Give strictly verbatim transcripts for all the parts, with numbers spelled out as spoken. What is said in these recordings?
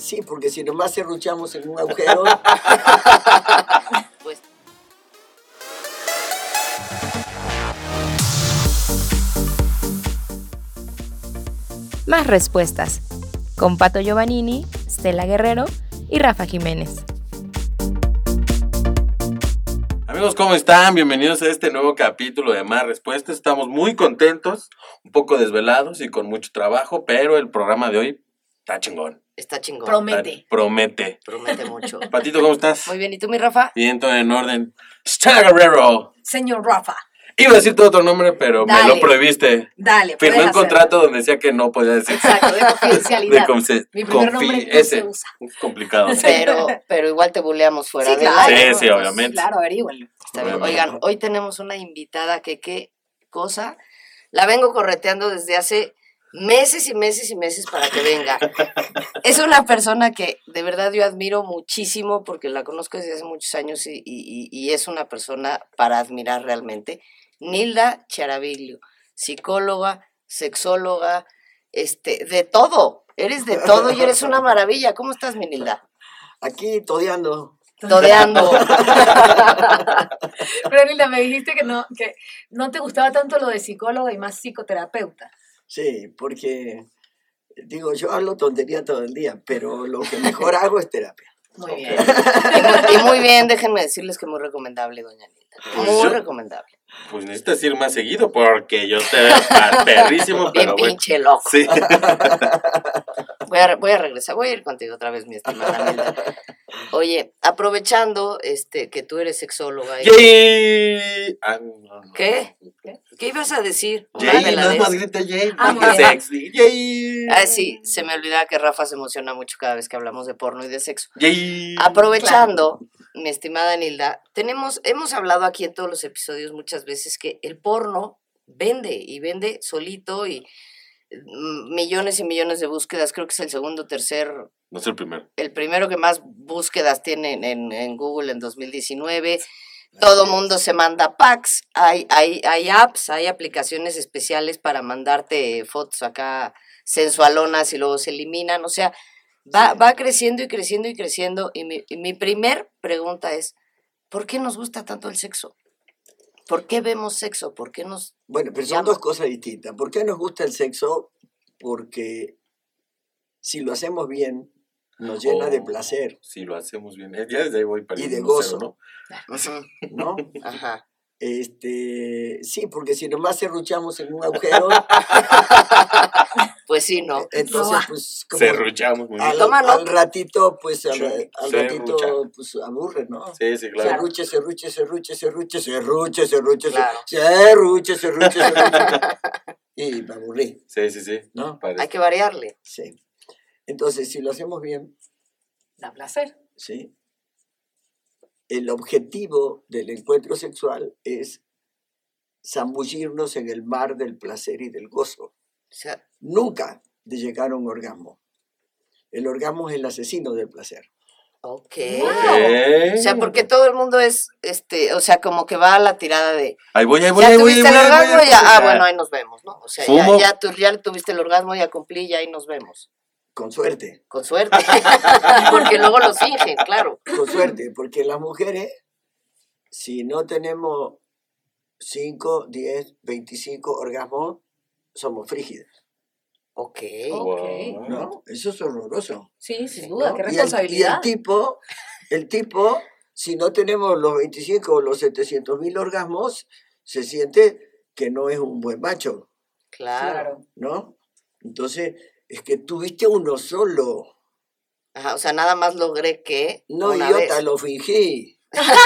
sí, porque si nomás serruchamos en un agujero... Pues... Más respuestas, con Pato Giovannini, Stella Guerrero y Rafa Jiménez. Amigos, ¿cómo están? Bienvenidos a este nuevo capítulo de Más Respuestas. Estamos muy contentos, un poco desvelados y con mucho trabajo, pero el programa de hoy está chingón. Está chingón. Promete. Está- promete. Promete mucho. Patito, ¿cómo estás? Muy bien, ¿y tú, mi Rafa? Bien, todo en orden. Stella Guerrero. Señor Rafa, Iba a decir todo otro nombre, pero Dale. me lo prohibiste. dale, Firmé puedes un contrato donde decía que no podía decir. hacerlo. Exacto, de confidencialidad. De confi- Mi primer confi- nombre no ese. se usa. Es complicado. Pero, pero igual te buleamos fuera Sí, del claro. aire, Sí, ¿no? sí, Entonces, obviamente. Claro, averíguenlo. Está bien. Bueno. Oigan, hoy tenemos una invitada que qué cosa. La vengo correteando desde hace meses y meses y meses para que venga. Es una persona que de verdad yo admiro muchísimo porque la conozco desde hace muchos años y, y- y es una persona para admirar realmente. Nilda Charaviglio, psicóloga, sexóloga, este, de todo. Eres de todo y eres una maravilla. ¿Cómo estás, mi Nilda? Aquí todeando. Todeando. Pero Nilda, me dijiste que no, que no te gustaba tanto lo de psicóloga y más psicoterapeuta. Sí, porque, digo, yo hablo tontería todo el día, pero lo que mejor hago es terapia. Muy Ok. bien. Y muy, y muy bien, déjenme decirles que muy recomendable, doña Nilda. Pues Muy yo- recomendable. Pues necesitas ir más seguido porque yo te veo al perrísimo, Bien pero bueno. pinche loco. Sí. Voy a, re- voy a regresar, voy a ir contigo otra vez, mi estimada Nilda. Oye, aprovechando este que tú eres sexóloga. y- Yay. Ah, no, no. ¿Qué? ¿Qué ibas a decir? Una Jay, veladez. nada más grita Jay. Ah, porque muy bien. sexy. Yay. Ah, sí, se me olvidaba que Rafa se emociona mucho cada vez que hablamos de porno y de sexo. Yay. Aprovechando, mi estimada Nilda, tenemos, hemos hablado aquí en todos los episodios muchas veces que el porno vende y vende solito y mm, millones y millones de búsquedas. Creo que es el segundo, tercer, No es el primero. el primero que más búsquedas tiene en, en- en Google en dos mil diecinueve. Todo mundo se manda packs, hay, hay, hay apps, hay aplicaciones especiales para mandarte fotos acá sensualonas y luego se eliminan. O sea, va, va creciendo y creciendo y creciendo. Y mi, y mi primer pregunta es, ¿por qué nos gusta tanto el sexo? ¿Por qué vemos sexo? ¿Por qué nos... Bueno, pero son Llama. dos cosas distintas. ¿Por qué nos gusta el sexo? Porque si lo hacemos bien, nos llena de Oh, placer, Si lo hacemos bien. Eh, Ya desde ahí voy perdiendo de uno gozo. cero, Ujú, ¿no? ajá. Este, sí, porque si nomás serruchamos en un agujero, Pues sí, ¿no? entonces, No va. pues, ¿no? como Cerruchamos muy bien. al, Toma al nota. ratito, pues, al, Sí, al serrucha. ratito, pues, aburre, ¿no? Sí, sí, claro. Serruche, serruche, serruche, serruche, serruche, serruche, Claro. serruche, serruche, serruche. Y me aburrí, Sí, sí, sí. ¿no? Parece. Hay que variarle. Sí. Entonces, si lo hacemos bien, Da placer. ¿sí? El objetivo del encuentro sexual es zambullirnos en el mar del placer y del gozo. O sea, Nunca de llegar a un orgasmo. El orgasmo es el asesino del placer. ok. Ok. O sea, porque todo el mundo es, este, o sea, como que va a la tirada de, Ahí voy, ahí voy, ya ahí voy, ahí tuviste voy, el ahí voy, orgasmo, ahí ya, voy. ah, bueno, ahí nos vemos, ¿no? O sea, ya, Fumo. ya, tu- ya tuviste el orgasmo, ya cumplí, ya ahí nos vemos. Con suerte, Con suerte. Porque luego lo fingen, claro. con suerte, porque las mujeres, si no tenemos cinco, diez, veinticinco orgasmos, somos frígidas, Ok. Ok. ¿no? Eso es horroroso. Sí, sin duda, ¿no? qué Y el- responsabilidad. Y el, tipo, el tipo, si no tenemos los veinticinco o los setecientos mil orgasmos, se siente que no es un buen macho, Claro. Claro. ¿no? Entonces, es que tuviste uno solo. Ajá, o sea, nada más logré que No, una idiota, vez. lo fingí.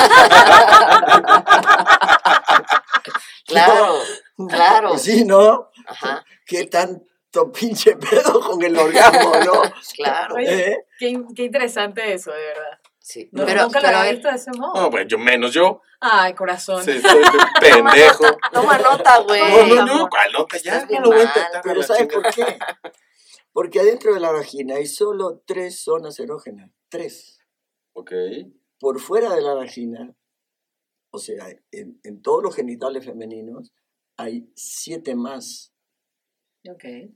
Claro, claro. Pues sí, ¿no? Ajá, Qué tanto pinche pedo con el orgasmo, ¿no? claro. Oye, ¿Eh? qué, in- qué interesante eso, de verdad. Sí. No, Pero, nunca lo pero a había ver, visto de ese modo. No, pues yo menos yo. Ay, corazón. Sí, estoy pendejo. toma nota, güey. No, no, no, amor. ¿cuál nota? Ya Estás no bien lo voy a mal. intentar. a Pero la ¿sabes chingada. por qué? Porque adentro de la vagina hay solo tres zonas erógenas. Tres. Ok. Por fuera de la vagina, o sea, en, en todos los genitales femeninos, hay siete más. Ok.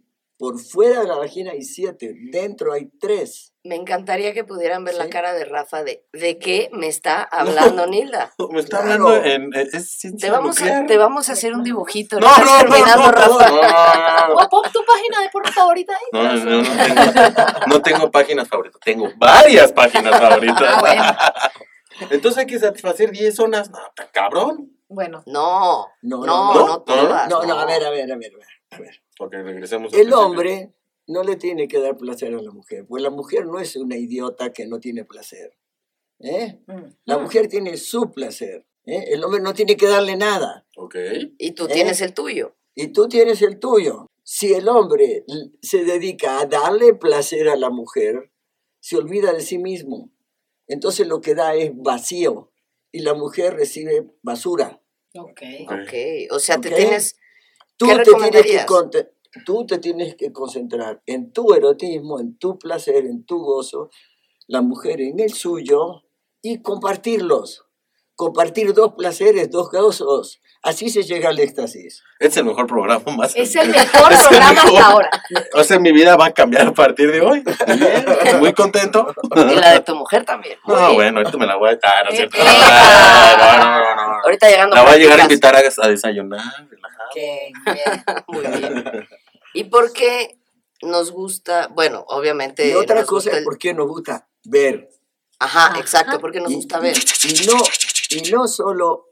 Por fuera de la vagina hay siete, dentro hay tres. Me encantaría que pudieran ver la Sí. cara de Rafa de ¿de qué me está hablando Nilda? Me está Claro. hablando en... en- es ciencia Te vamos, a, nuclear. te vamos a hacer un dibujito. No, ahorita no, no, terminando, no, Rafa. no, no, no. O pon tu página de porno favorita ahí. No, no, no tengo, no tengo páginas favoritas, tengo varias páginas favoritas. Ah, bueno. Entonces hay que satisfacer diez zonas. No, tan cabrón. Bueno, No, No, no, no, no, no. no todas. No, no, a ver, a ver, a ver, a ver. Ok, regresemos. al El principio. hombre no le tiene que dar placer a la mujer, pues la mujer no es una idiota que no tiene placer. ¿eh? mm. La mujer tiene su placer. ¿eh? El hombre no tiene que darle nada. Ok. Y tú ¿Eh? tienes el tuyo. Y tú tienes el tuyo. Si el hombre l- se dedica a darle placer a la mujer, se olvida de sí mismo. Entonces lo que da es vacío y la mujer recibe basura. Ok. Ok, o sea, te Ok. tienes... Tú ¿Qué te, tienes que recomendarías? conte- tú te tienes que concentrar en tu erotismo, en tu placer, en tu gozo, la mujer en el suyo y compartirlos. Compartir dos placeres, dos gozos. Así se llega al éxtasis. Este es el mejor programa más. Es el mejor Es el programa mejor. hasta ahora. O sea, mi vida va a cambiar a partir de hoy. Muy bien, muy contento. Y la de tu mujer también. Muy No, bien. bueno, ahorita me la voy a... Ah, no es cierto. Eh, No, no, no, no, no. Ahorita llegando La voy a llegar a practicas. invitar a, a desayunar, relajado. Ok, bien. Muy bien. ¿Y por qué nos gusta? Bueno, obviamente. Y otra nos cosa gusta es el- por qué nos gusta ver. Ajá, Ajá. exacto, porque nos Y- gusta ver. Y no, y no solo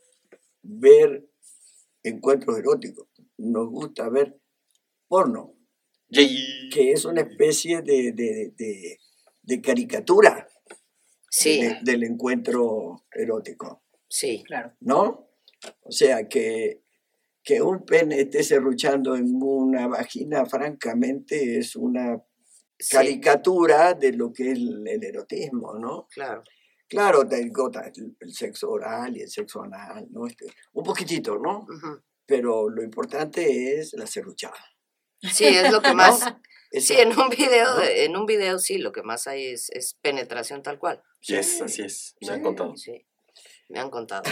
ver encuentros eróticos, nos gusta ver porno, Yay. que es una especie de, de, de, de caricatura Sí, de- del encuentro erótico, sí. Claro. ¿no? O sea, que, que un pene esté serruchando en una vagina, francamente, es una Sí, caricatura de lo que es el, el erotismo, ¿no? claro. Claro, te gota el, el sexo oral y el sexo anal, ¿no? Este, un poquitito, ¿no? Ujú. Pero lo importante es la serruchada. Sí, es lo que más. Esa- Sí, en un video, ¿no? de- en un video sí, lo que más hay es, es penetración tal cual. Yes, así es. Me han Sí. contado. Sí, me han contado.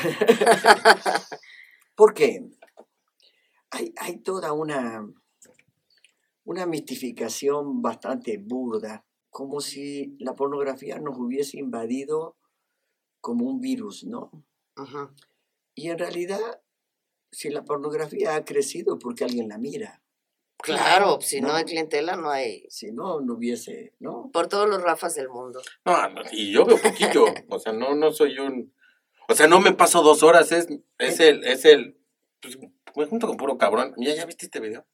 ¿Por qué? Hay, hay toda una, una mistificación bastante burda, como si la pornografía nos hubiese invadido como un virus, ¿no? Ujú. Y en realidad, si la pornografía ha crecido es porque alguien la mira. Claro, si no No. hay clientela, no hay. Si no, no hubiese, ¿no? Por todos los Rafas del mundo. No, no, y yo veo poquillo. O sea, no, no soy un. O sea, no me paso dos horas. Es, es el. Es el pues, me junto con puro cabrón. ¿Ya, ya viste este video?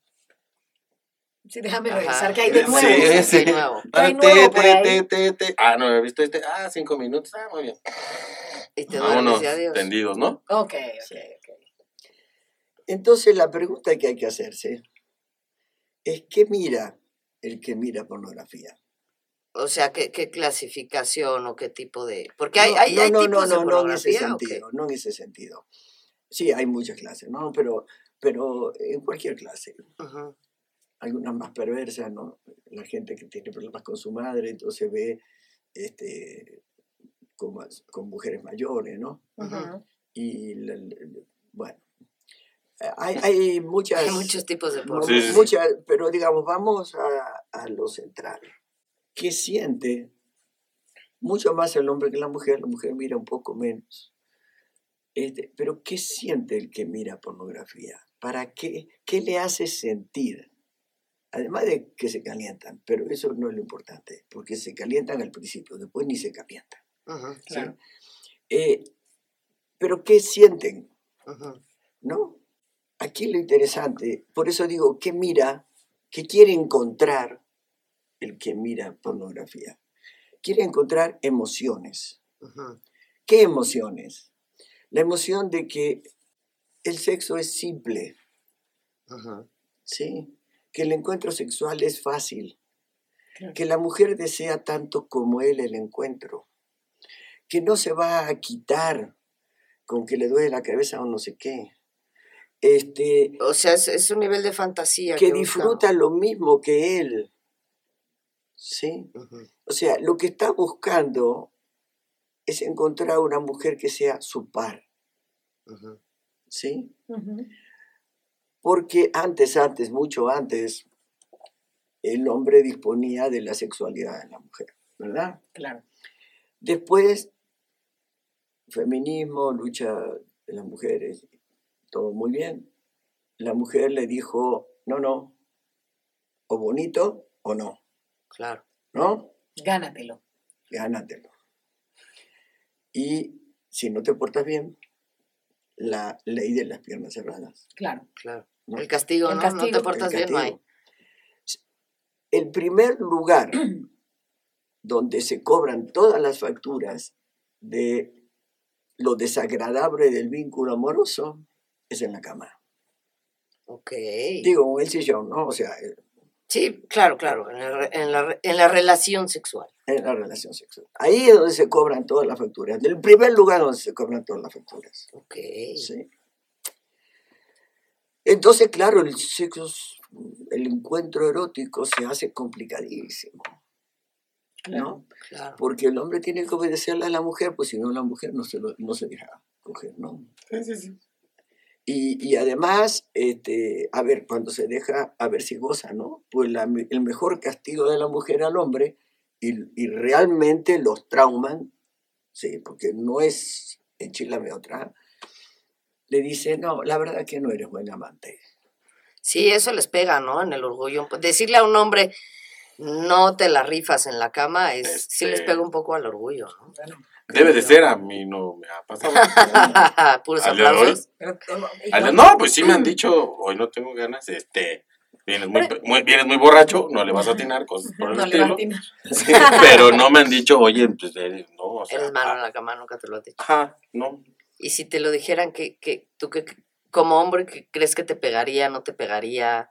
Sí, déjame Ajá. revisar qué hay de Sí, nuevo. sí. Sí, de nuevo. ¿Qué hay Ah, nuevo por te, ahí? te, te, te. Ah, no, he visto este. Ah, cinco minutos. Ah, muy bien. Y te duermes Vámonos, y adiós. tendidos, ¿no? Ok, ok, Sí. ok. Entonces la pregunta que hay que hacerse es ¿qué mira el que mira pornografía? O sea, ¿qué, qué clasificación o qué tipo de...? Porque hay, No, hay, no, hay no, tipos no, de no, no en ese pornografía, ¿o qué? sentido, no en ese sentido. Sí, hay muchas clases, ¿no? Pero, pero en cualquier clase. Ujú. Algunas más perversas, ¿no? La gente que tiene problemas con su madre, entonces ve este, con, más- con mujeres mayores, ¿no? Ujú. Y, la- la- bueno, hay, hay muchas... Hay muchos tipos de mu- porno. Sí, sí, sí. muchas, pero digamos, vamos a, a lo central. ¿Qué siente? Mucho más el hombre que la mujer, la mujer mira un poco menos. Este, pero ¿qué siente el que mira pornografía? ¿Para qué? ¿Qué le hace sentir? Además de que se calientan, pero eso no es lo importante, porque se calientan al principio, después ni se calientan. Ujú, ¿sí? Claro. Eh, pero ¿qué sienten? ujú. ¿No? Aquí lo interesante, por eso digo, ¿qué mira? ¿Qué quiere encontrar el que mira pornografía? Quiere encontrar emociones. Ujú. ¿Qué emociones? La emoción de que el sexo es simple, Ujú. ¿sí? Que el encuentro sexual es fácil, Claro. que la mujer desea tanto como él el encuentro, que no se va a quitar con que le duele la cabeza o no sé qué, este, O sea, es, es un nivel de fantasía que que disfruta lo mismo que él, ¿sí? buscamos. Ujú. O sea, lo que está buscando es encontrar una mujer que sea su par, Ujú. ¿sí? Ujú. Porque antes, antes, mucho antes, el hombre disponía de la sexualidad de la mujer, ¿verdad? Claro. Después, feminismo, lucha de las mujeres, todo muy bien. La mujer le dijo, no, no, o bonito o no, Claro. ¿no? Gánatelo. Gánatelo. Y si no te portas bien, la ley de las piernas cerradas. Claro. Claro. ¿No? El castigo, El ¿no? castigo. No te portas El bien, no hay. castigo. El primer lugar donde se cobran todas las facturas de lo desagradable del vínculo amoroso es en la cama. Ok. Digo, en el sillón, ¿no? O sea, Sí, claro, claro. En la, re- en la, re- en la relación sexual. en la relación sexual. Ahí es donde se cobran todas las facturas. El primer lugar donde se cobran todas las facturas. Ok. ¿Sí? Entonces, claro, el sexo, el encuentro erótico se hace complicadísimo, ¿no? Claro. Porque el hombre tiene que obedecerle a la mujer, pues si no la mujer no se, lo, no se deja coger, ¿no? Sí, sí, sí. Y, y además, este, a ver, cuando se deja, a ver si goza, ¿no? Pues la, el mejor castigo de la mujer al hombre, y, y realmente los trauman, sí, porque no es enchilame otra, le dice, no, la verdad que no eres buen amante. Sí, eso les pega, ¿no? En el orgullo. Decirle a un hombre, no te la rifas en la cama, es, Este- sí les pega un poco al orgullo, ¿no? Bueno, Debe de ser, a mí no me ha pasado. Puros Al día de hoy, aplausos. pero, y al día- cuando- no, pues sí me han dicho, hoy no tengo ganas, este, vienes muy, muy- vienes muy borracho, no le vas a atinar, cosas por el no le va a estilo. atinar. Sí, pero no me han dicho, oye, pues eres, no, o sea, Eres malo en ah, la cama, nunca te lo he dicho. ajá, no, Y si te lo dijeran, que, que tú que como hombre, que crees que te pegaría, no te pegaría?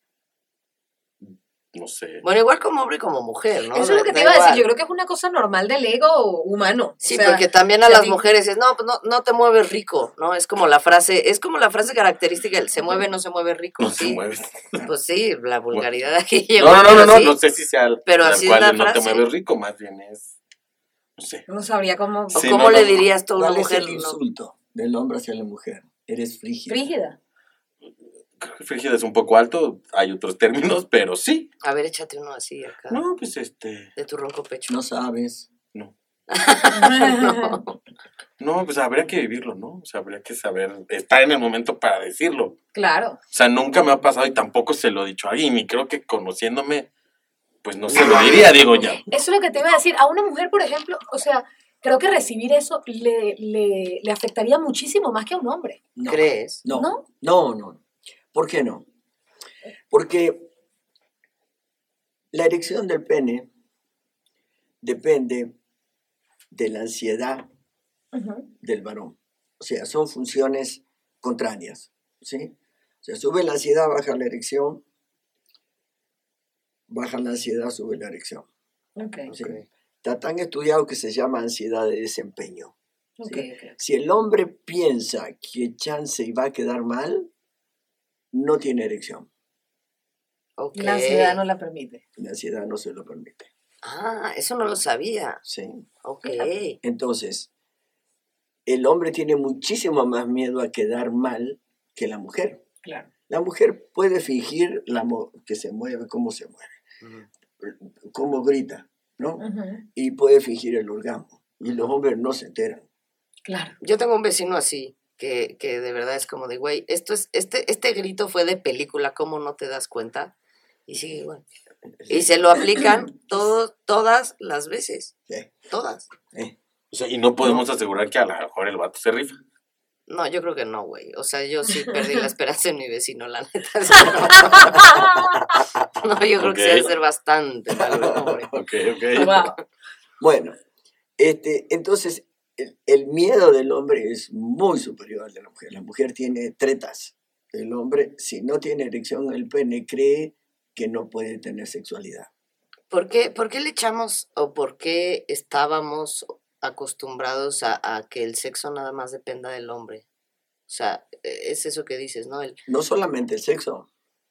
no sé. Bueno, igual como hombre y como mujer, ¿no? Eso es Da- lo que da te iba a decir. igual. Yo creo que es una cosa normal del ego humano. Sí, O sea, porque también a si a las ti- mujeres es, no, pues no, no te mueves rico, ¿no? Es como la frase, es como la frase característica, el se mueve, no se mueve rico. No te Sí, mueves. pues sí, la vulgaridad aquí llegó. No, no, no, pero no, no, sí. no sé si sea el, pero tal así es cual la de no te frase. mueves rico, más bien es, no sé. No sabría cómo. ¿O Sí, cómo no, le no. dirías tú a una ¿Cuál es mujer? el No? insulto del hombre hacia la mujer? Eres frígida. Frígida. Creo que frígida es un poco alto, hay otros términos, pero sí. A ver, échate uno así acá, No, pues este, de tu ronco pecho. No sabes. no. No. No, pues habría que vivirlo, ¿no? O sea, habría que saber, estar en el momento para decirlo. Claro. O sea, nunca me ha pasado y tampoco se lo he dicho a alguien. Y creo que conociéndome, pues no se lo diría, digo ya. Eso es lo que te iba a decir. A una mujer, por ejemplo, o sea, creo que recibir eso le, le, le afectaría muchísimo más que a un hombre. No. ¿Crees? No, ¿No? no, no. ¿Por qué no? Porque la erección del pene depende de la ansiedad Ujú. del varón. O sea, son funciones contrarias, ¿sí? O sea, sube la ansiedad, baja la erección, baja la ansiedad, sube la erección. Ok, ¿Sí? Ok. Está tan estudiado que se llama ansiedad de desempeño. ok, ¿Sí? ok. Si el hombre piensa que chance y va a quedar mal, no tiene erección. Ok. La ansiedad no la permite. La ansiedad no se lo permite. Ah, eso no lo sabía. ¿Sí? Ok. Entonces, el hombre tiene muchísimo más miedo a quedar mal que la mujer. Claro. La mujer puede fingir la mo- que se mueve, cómo se mueve, Ujú. cómo grita, ¿no? Ujú. Y puede fingir el orgasmo. Y los hombres no se enteran. Claro. Yo tengo un vecino así, que, que de verdad es como de, güey, esto es, este, este grito fue de película, ¿cómo no te das cuenta? Y sigue igual. Y se lo aplican todo, todas las veces. Sí. Todas. Eh, O sea, y no podemos asegurar que a lo mejor el vato se rifa. No, yo creo que no, güey. O sea, yo sí perdí la esperanza en mi vecino, la neta. No, yo creo que sí Ok. debe ser bastante malo, hombre. Ok, ok. Wow. Bueno, este, entonces el, el miedo del hombre es muy superior al de la mujer. La mujer tiene tretas. El hombre, si no tiene erección en el pene, cree que no puede tener sexualidad. ¿Por qué, por qué le echamos o por qué estábamos acostumbrados a, a que el sexo nada más dependa del hombre? O sea, es eso que dices, ¿no? El, No solamente el sexo,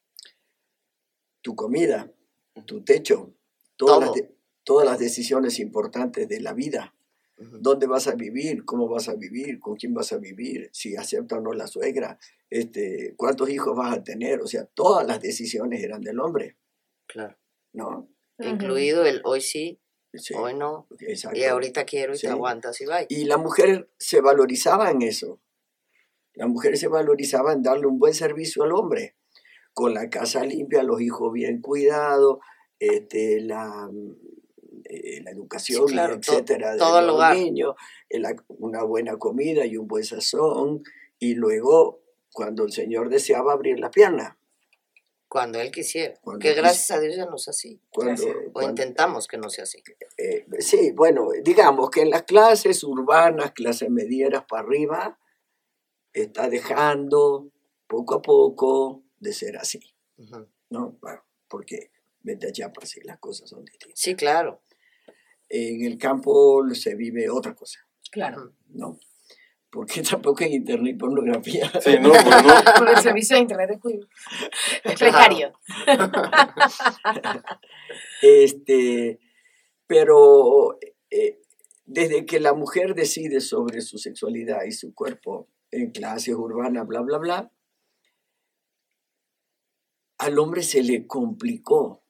tu comida, tu techo, todas, Todo. las, de- todas las decisiones importantes de la vida. Ujú. ¿Dónde vas a vivir? ¿Cómo vas a vivir? ¿Con quién vas a vivir? Si acepta o no la suegra. Este, ¿cuántos hijos vas a tener? O sea, todas las decisiones eran del hombre. Claro. ¿no? Incluido el hoy sí, Sí, hoy no, exacto. y ahorita quiero y Sí. te aguantas y bye. Y la mujer se valorizaba en eso. La mujer se valorizaba en darle un buen servicio al hombre, con la casa limpia, los hijos bien cuidados, este, la, eh, la educación, Sí, claro, y etcétera, to- todo de el los hogar. niños, eh, la- una buena comida y un buen sazón, y luego, cuando el Señor deseaba, abrir la pierna. Cuando él quisiera. Cuando que quis- gracias a Dios ya no es así. Cuando, O cuando- intentamos que no sea así. eh, sí, bueno, digamos que en las clases urbanas, clases medieras para arriba, está dejando poco a poco de ser así, Ujú. ¿no? Bueno, porque vete a Chiapas y las cosas son distintas. Sí, claro. En el campo se vive otra cosa, Claro. ¿no? Porque tampoco en internet hay pornografía. Sí, no, pues no. Por el servicio de internet es muy precario. Este, pero eh, desde que la mujer decide sobre su sexualidad y su cuerpo en clases urbanas, bla, bla, bla, al hombre se le complicó.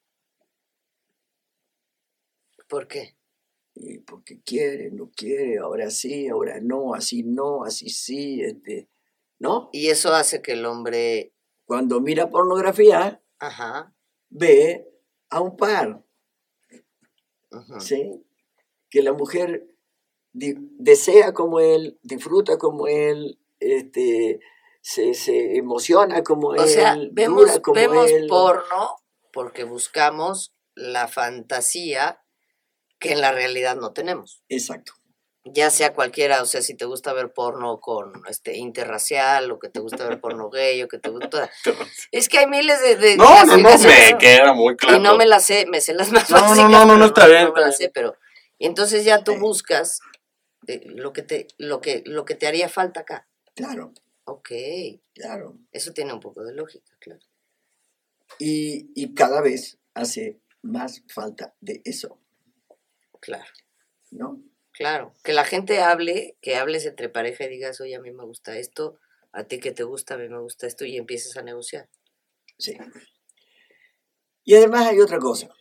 ¿Por qué? Y porque quiere, no quiere, ahora sí, ahora no, así no, así sí, este, ¿no? Y eso hace que el hombre, Cuando mira pornografía, ajá, ve a un par, ujú. ¿sí? Que la mujer di- desea como él, disfruta como él, este, se, se emociona como O él, sea, dura vemos, como vemos él. porno porque buscamos la fantasía que en la realidad no tenemos. Exacto. Ya sea cualquiera, o sea, si te gusta ver porno con este interracial, o que te gusta ver porno gay, o que te gusta... Es que hay miles de... de No, no, no, clasificaciones, me queda muy claro. Y no me las sé, me sé las más No, no, básicas, no, no, no, pero está bien, No me las está sé, pero... Y entonces ya tú Sí. buscas eh, lo, que te, lo, que, lo que te haría falta acá. Claro, Ok, claro. eso tiene un poco de lógica, claro. Y, y cada vez hace más falta de eso, Claro, ¿no? claro. Que la gente hable, que hables entre pareja y digas, oye, a mí me gusta esto, a ti que te gusta, a mí me gusta esto, y empieces a negociar. Sí. Y además hay otra cosa.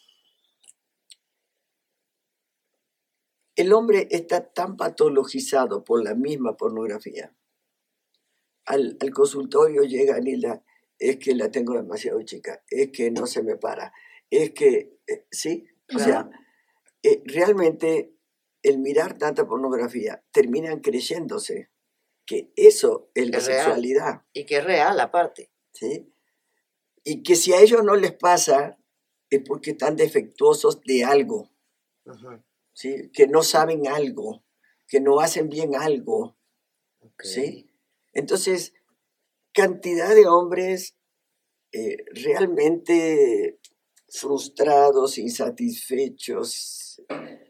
El hombre está tan patologizado por la misma pornografía. Al, al consultorio llega Nilda, es que la tengo demasiado chica, es que no se me para, es que, eh, ¿sí? O sea, eh, realmente el mirar tanta pornografía terminan creyéndose que eso es la Es real. sexualidad, Y que es real, aparte. ¿sí? Y que si a ellos no les pasa es porque están defectuosos de algo, Ujú, ¿sí? Que no saben algo, que no hacen bien algo, ok. ¿sí? Entonces, cantidad de hombres eh, realmente frustrados, insatisfechos,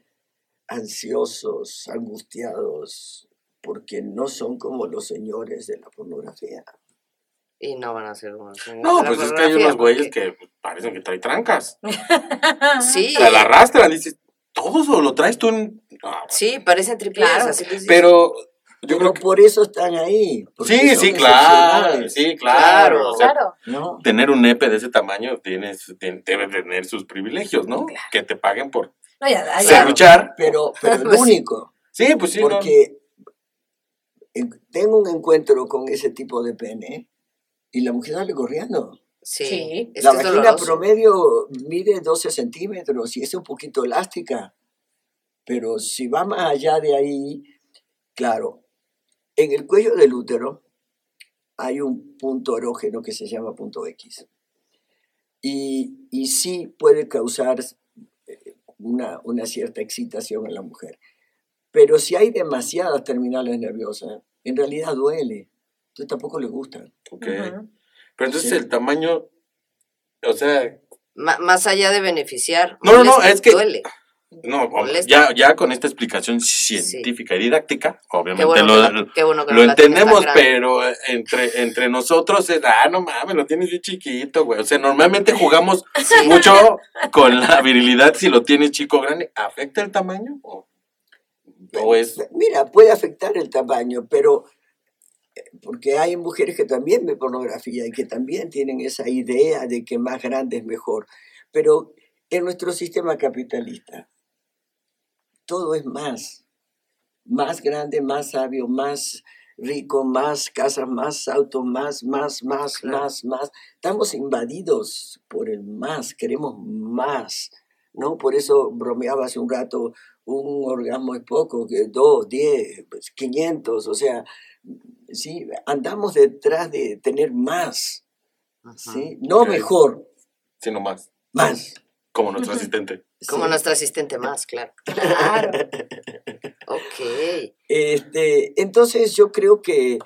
ansiosos, angustiados, porque no son como los señores de la pornografía. Y no van a ser unos señores No, de la pues es que hay pornografía, unos güeyes porque- que parecen que traen trancas. Sí, O sea, la arrastran, dices, ¿todos o lo traes tú en...? No, sí, parecen triples, Claro. así les dices. pero yo Pero creo que... por eso están ahí. porque Sí, son sí, claro, excepcionales, sí, claro. Claro, O sea, Claro. ¿no? tener un nepe de ese tamaño tienes, tien- debe tener sus privilegios, ¿no? Que te paguen por No, ya, ya, ya. serruchar. Pero, pero el Pues sí. único, Sí, pues sí, ¿no? porque en- tengo un encuentro con ese tipo de pene y la mujer sale corriendo. Sí, Sí. es La que es vagina doloroso. promedio mide doce centímetros y es un poquito elástica. Pero si va más allá de ahí, claro, en el cuello del útero hay un punto erógeno que se llama punto X. Y, y sí puede causar eh, una, una cierta excitación en la mujer. Pero si hay demasiadas terminales nerviosas, en realidad duele. Entonces tampoco le gusta. Ok. Ujú. Pero entonces Sí. el tamaño, o sea, Ma- más allá de beneficiar, No, no, no, molesta, es que- duele. no, hombre, Molesta. ya, ya con esta explicación científica y didáctica, Qué obviamente bueno, lo, que la- qué bueno que lo no la tienes tan entendemos, grande. pero entre, entre nosotros es, ah, no mames, lo tienes bien chiquito, güey. O sea, normalmente jugamos Sí. mucho con la virilidad si lo tienes chico o grande. ¿Afecta el tamaño? ¿O, o es...? Mira, puede afectar el tamaño, pero eh, porque hay mujeres que también ven pornografía y que también tienen esa idea de que más grande es mejor. Pero en nuestro sistema capitalista, todo es más. Más grande, más sabio, más rico, más casas, más autos, más, más, más, Claro. más, más. Estamos invadidos por el más, queremos más, ¿no? Por eso bromeaba hace un rato, un orgasmo es poco, que dos, diez, pues, quinientos, o sea, sí, andamos detrás de tener más, ¿sí? No Ok. mejor, Sino más. más. Como nuestro asistente. Como ¿sí? nuestro asistente más, claro. Claro. Ok. Este, entonces yo creo que,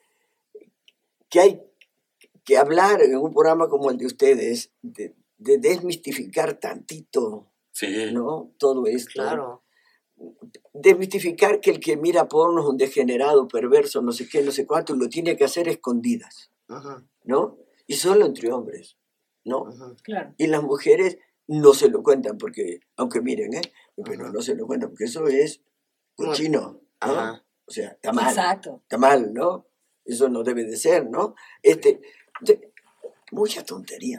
que hay que hablar en un programa como el de ustedes, de, de desmistificar tantito, Sí. ¿no? Todo esto. Claro. Desmistificar que el que mira porno es un degenerado, perverso, no sé qué, no sé cuánto, lo tiene que hacer escondidas, Ujú, ¿no? Y solo entre hombres, ¿no? ujú. Claro. Y las mujeres no se lo cuentan porque, aunque miren, ¿eh? Pero Ajá. no se lo cuentan porque eso es Muy- cochino, ¿no? Ajá. O sea, está mal. Exacto. Está mal, ¿no? Eso no debe de ser, ¿no? Este, de- mucha tontería,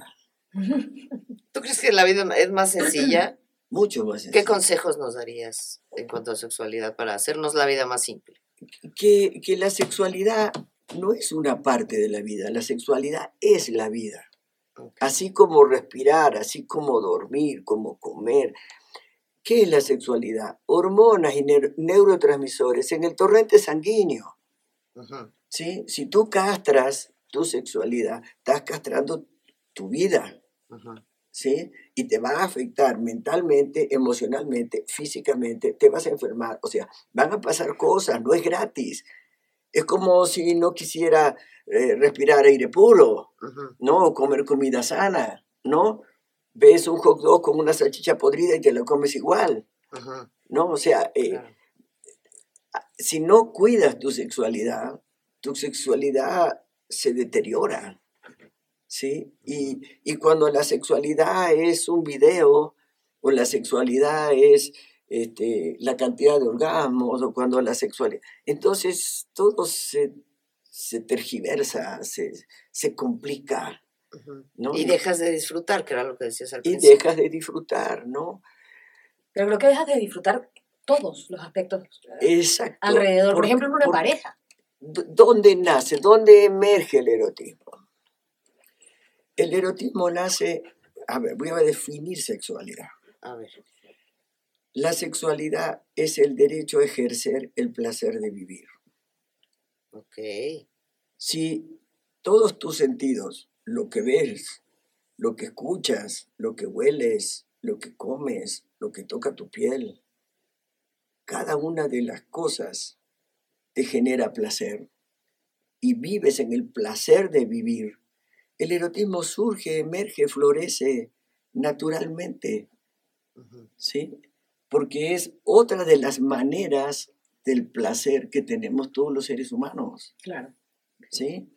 ¿Tú crees que la vida es más sencilla? mucho más ¿Qué sencillo. consejos nos darías en cuanto a sexualidad para hacernos la vida más simple? Que, que la sexualidad no es una parte de la vida, la sexualidad es la vida. Ok. Así como respirar, así como dormir, como comer. ¿Qué es la sexualidad? Hormonas y neur- neurotransmisores en el torrente sanguíneo. Ujú, ¿Sí? Si tú castras tu sexualidad, estás castrando tu vida. ujú. ¿Sí? Y te va a afectar mentalmente, emocionalmente, físicamente, te vas a enfermar, o sea, van a pasar cosas, no es gratis. Es como si no quisiera eh, respirar aire puro, Ujú, ¿no? O comer comida sana, ¿no? Ves un hot dog con una salchicha podrida y te lo comes igual, ujú, ¿no? O sea, eh, claro. si no cuidas tu sexualidad, tu sexualidad se deteriora. ¿Sí? Y, y cuando la sexualidad es un video, o la sexualidad es este, la cantidad de orgasmos, o cuando la sexualidad... Entonces todo se, se tergiversa, se, se complica, Ujú. ¿no? Y dejas de disfrutar, que era lo que decías al Y principio. dejas de disfrutar, ¿no? Pero creo que dejas de disfrutar todos los aspectos Exacto. alrededor. Por Porque- ejemplo, en una porque- pareja. D- ¿Dónde nace? ¿Dónde emerge el erotismo? El erotismo nace... A ver, voy a definir sexualidad. A ver. La sexualidad es el derecho a ejercer el placer de vivir. Ok. Si todos tus sentidos, lo que ves, lo que escuchas, lo que hueles, lo que comes, lo que toca tu piel, cada una de las cosas te genera placer y vives en el placer de vivir, el erotismo surge, emerge, florece naturalmente, Ujú, ¿sí? Porque es otra de las maneras del placer que tenemos todos los seres humanos, Claro. ¿sí?